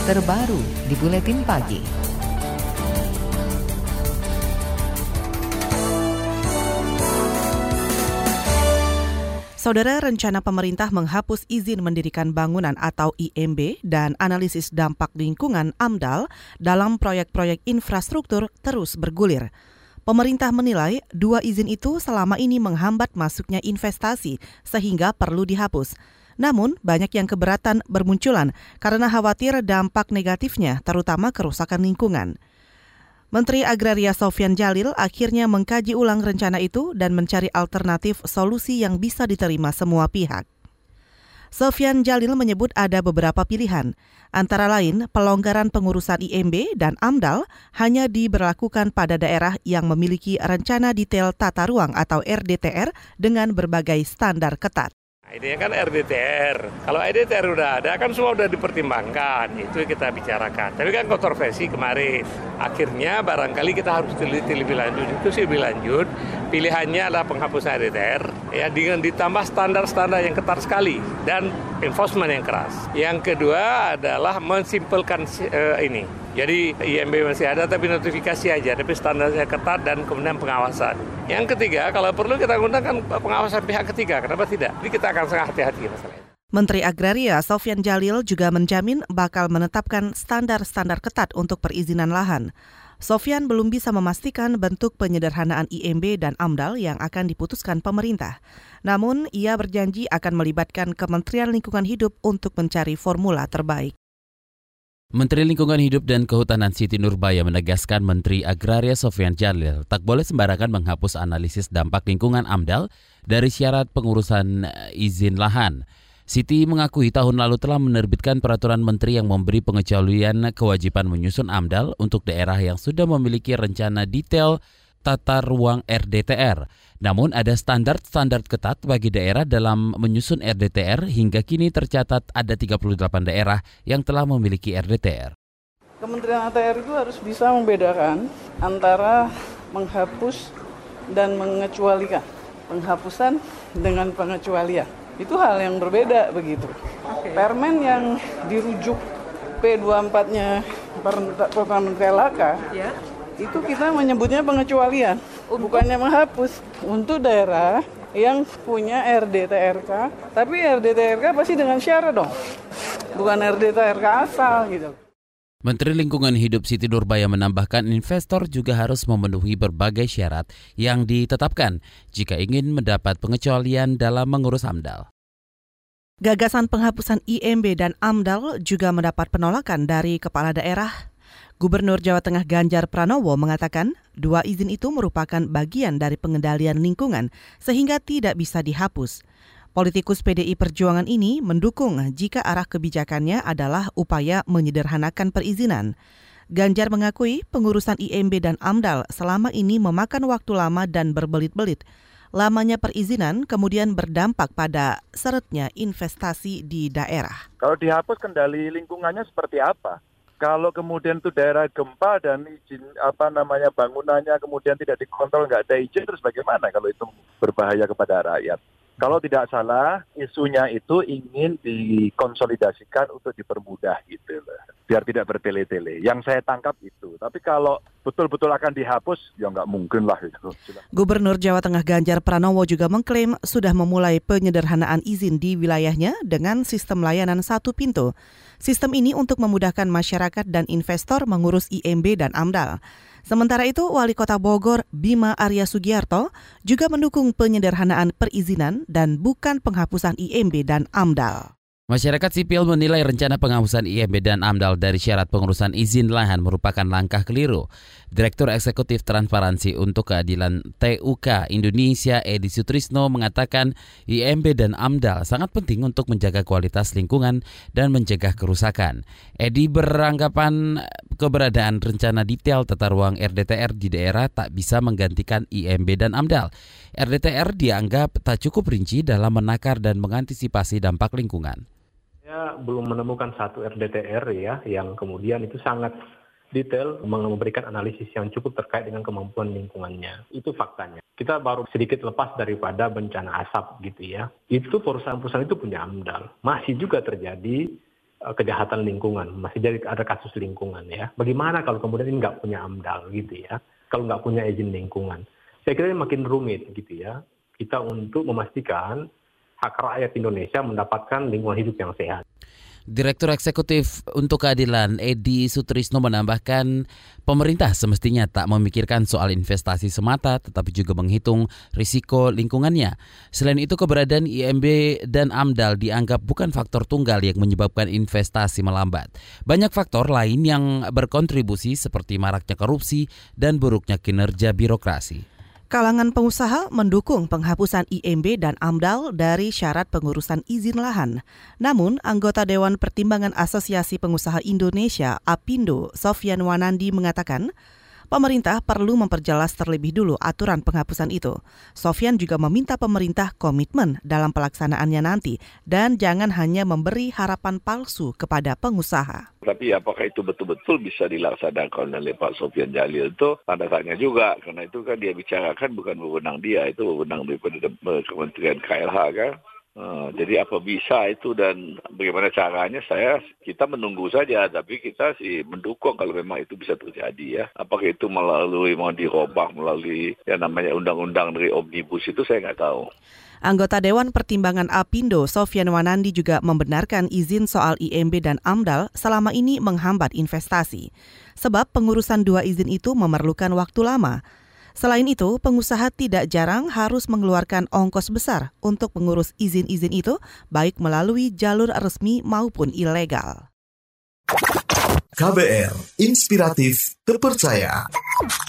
terbaru di Buletin Pagi. Saudara, rencana pemerintah menghapus izin mendirikan bangunan atau IMB dan analisis dampak lingkungan AMDAL dalam proyek-proyek infrastruktur terus bergulir. Pemerintah menilai dua izin itu selama ini menghambat masuknya investasi sehingga perlu dihapus. Namun, banyak yang keberatan bermunculan karena khawatir dampak negatifnya, terutama kerusakan lingkungan. Menteri Agraria Sofyan Djalil akhirnya mengkaji ulang rencana itu dan mencari alternatif solusi yang bisa diterima semua pihak. Sofyan Djalil menyebut ada beberapa pilihan, antara lain pelonggaran pengurusan IMB dan AMDAL hanya diberlakukan pada daerah yang memiliki rencana detail tata ruang atau RDTR dengan berbagai standar ketat. Ini kan RDTR. Kalau RDTR udah ada kan semua udah dipertimbangkan, itu kita bicarakan. Tapi kan kontroversi kemarin. Akhirnya barangkali kita harus teliti lebih lanjut. Itu sih lebih lanjut. Pilihannya adalah penghapusan RDTR ya dengan ditambah standar-standar yang ketat sekali dan enforcement yang keras. Yang kedua adalah mensimpelkan ini. Jadi IMB masih ada tapi notifikasi aja, tapi standarnya ketat dan kemudian pengawasan. Yang ketiga, kalau perlu kita gunakan pengawasan pihak ketiga, kenapa tidak? Jadi kita akan sangat hati-hati masalahnya. Menteri Agraria Sofyan Djalil juga menjamin bakal menetapkan standar-standar ketat untuk perizinan lahan. Sofyan belum bisa memastikan bentuk penyederhanaan IMB dan AMDAL yang akan diputuskan pemerintah. Namun, ia berjanji akan melibatkan Kementerian Lingkungan Hidup untuk mencari formula terbaik. Menteri Lingkungan Hidup dan Kehutanan Siti Nurbaya menegaskan Menteri Agraria Sofyan Djalil tak boleh sembarangan menghapus analisis dampak lingkungan AMDAL dari syarat pengurusan izin lahan. Siti mengakui tahun lalu telah menerbitkan peraturan menteri yang memberi pengecualian kewajiban menyusun AMDAL untuk daerah yang sudah memiliki rencana detail tata ruang RDTR. Namun ada standar-standar ketat bagi daerah dalam menyusun RDTR hingga kini tercatat ada 38 daerah yang telah memiliki RDTR. Kementerian ATR itu harus bisa membedakan antara menghapus dan mengecualikan. Penghapusan dengan pengecualian. Itu hal yang berbeda begitu. Permen yang dirujuk P24-nya Peraturan Menteri LHK, itu kita menyebutnya pengecualian, bukannya menghapus. Untuk daerah yang punya RDTRK, tapi RDTRK pasti dengan syarat dong, bukan RDTRK asal gitu. Menteri Lingkungan Hidup Siti Nurbaya menambahkan investor juga harus memenuhi berbagai syarat yang ditetapkan jika ingin mendapat pengecualian dalam mengurus AMDAL. Gagasan penghapusan IMB dan AMDAL juga mendapat penolakan dari kepala daerah. Gubernur Jawa Tengah Ganjar Pranowo mengatakan dua izin itu merupakan bagian dari pengendalian lingkungan sehingga tidak bisa dihapus. Politikus PDI Perjuangan ini mendukung jika arah kebijakannya adalah upaya menyederhanakan perizinan. Ganjar mengakui pengurusan IMB dan AMDAL selama ini memakan waktu lama dan berbelit-belit. Lamanya perizinan kemudian berdampak pada seretnya investasi di daerah. Kalau dihapus kendali lingkungannya seperti apa? Kalau kemudian itu daerah gempa dan izin bangunannya kemudian tidak dikontrol, nggak ada izin, terus bagaimana kalau itu berbahaya kepada rakyat? Kalau tidak salah, isunya itu ingin dikonsolidasikan untuk dipermudah gitu loh, biar tidak bertele-tele. Yang saya tangkap itu. Tapi kalau betul-betul akan dihapus, ya nggak mungkin lah itu. Gubernur Jawa Tengah Ganjar Pranowo juga mengklaim sudah memulai penyederhanaan izin di wilayahnya dengan sistem layanan satu pintu. Sistem ini untuk memudahkan masyarakat dan investor mengurus IMB dan AMDAL. Sementara itu, Wali Kota Bogor Bima Arya Sugiarto juga mendukung penyederhanaan perizinan dan bukan penghapusan IMB dan AMDAL. Masyarakat sipil menilai rencana penghapusan IMB dan AMDAL dari syarat pengurusan izin lahan merupakan langkah keliru. Direktur Eksekutif Transparansi untuk Keadilan TUK Indonesia Edi Sutrisno mengatakan IMB dan AMDAL sangat penting untuk menjaga kualitas lingkungan dan mencegah kerusakan. Edi beranggapan keberadaan rencana detail tata ruang RDTR di daerah tak bisa menggantikan IMB dan AMDAL. RDTR dianggap tak cukup rinci dalam menakar dan mengantisipasi dampak lingkungan. Saya belum menemukan satu RDTR ya yang kemudian itu sangat detail memberikan analisis yang cukup terkait dengan kemampuan lingkungannya. Itu faktanya. Kita baru sedikit lepas daripada bencana asap gitu ya. Itu perusahaan-perusahaan itu punya AMDAL. Masih juga terjadi kejahatan lingkungan, masih jadi ada kasus lingkungan ya. Bagaimana kalau kemudian ini nggak punya AMDAL gitu ya, kalau nggak punya izin lingkungan. Saya kira ini makin rumit gitu ya, kita untuk memastikan hak rakyat Indonesia mendapatkan lingkungan hidup yang sehat. Direktur Eksekutif untuk Keadilan Edi Sutrisno menambahkan pemerintah semestinya tak memikirkan soal investasi semata tetapi juga menghitung risiko lingkungannya. Selain itu keberadaan IMB dan AMDAL dianggap bukan faktor tunggal yang menyebabkan investasi melambat. Banyak faktor lain yang berkontribusi seperti maraknya korupsi dan buruknya kinerja birokrasi. Kalangan pengusaha mendukung penghapusan IMB dan AMDAL dari syarat pengurusan izin lahan. Namun, anggota Dewan Pertimbangan Asosiasi Pengusaha Indonesia, APindo, Sofyan Wanandi mengatakan, pemerintah perlu memperjelas terlebih dulu aturan penghapusan itu. Sofyan juga meminta pemerintah komitmen dalam pelaksanaannya nanti dan jangan hanya memberi harapan palsu kepada pengusaha. Tapi apakah itu betul-betul bisa dilaksanakan oleh Pak Sofyan Jalil itu tanda tanya juga. Karena itu kan dia bicarakan bukan wewenang dia, itu wewenang daripada Kementerian KLH kan. Jadi apa bisa itu dan bagaimana caranya kita menunggu saja, tapi kita sih mendukung kalau memang itu bisa terjadi ya. Apakah itu melalui mau dirubah melalui yang namanya undang-undang dari omnibus itu saya nggak tahu. Anggota Dewan Pertimbangan APindo, Sofyan Wanandi juga membenarkan izin soal IMB dan AMDAL selama ini menghambat investasi. Sebab pengurusan dua izin itu memerlukan waktu lama. Selain itu, pengusaha tidak jarang harus mengeluarkan ongkos besar untuk mengurus izin-izin itu, baik melalui jalur resmi maupun ilegal. KBR, inspiratif, terpercaya.